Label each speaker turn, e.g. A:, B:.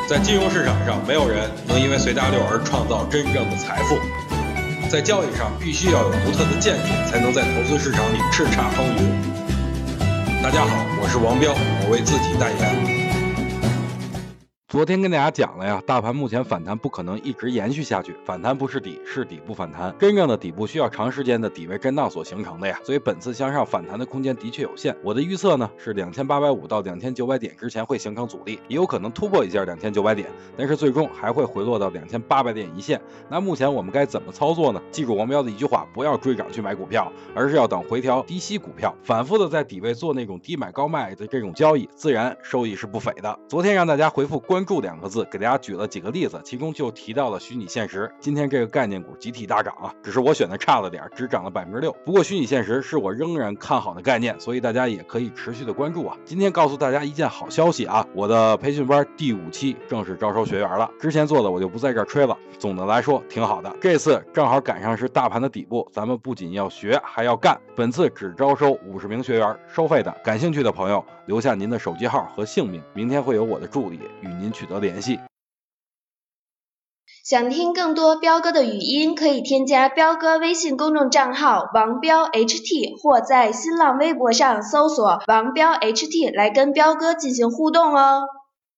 A: 在金融市场上，没有人能因为随大流而创造真正的财富。在交易上，必须要有独特的见解，才能在投资市场里叱咤风云。大家好，我是王彪，我为自己代言。昨天跟大家讲了呀，大盘目前反弹不可能一直延续下去，反弹不是底，是底部反弹。真正的底部需要长时间的底位震荡所形成的呀，所以本次向上反弹的空间的确有限。我的预测呢是2850到2900点之前会形成阻力，也有可能突破一下2900点，但是最终还会回落到2800点一线。那目前我们该怎么操作呢？记住王彪的一句话，不要追涨去买股票，而是要等回调低吸股票，反复的在底位做那种低买高卖的这种交易，自然收益是不菲的。昨天让大家回复关注2个字，给大家举了几个例子，其中就提到了虚拟现实。今天这个概念股集体大涨啊，只是我选的差了点，只涨了6%。不过虚拟现实是我仍然看好的概念，所以大家也可以持续的关注啊。今天告诉大家一件好消息啊，我的培训班第5期正式招收学员了。之前做的我就不在这儿吹了，总的来说挺好的。这次正好赶上是大盘的底部，咱们不仅要学还要干。本次只招收50名学员，收费的。感兴趣的朋友留下您的手机号和姓名，明天会有我的助理与您取得联系。
B: 想听更多彪哥的语音，可以添加彪哥微信公众账号王彪 HT， 或在新浪微博上搜索王彪 HT 来跟彪哥进行互动哦。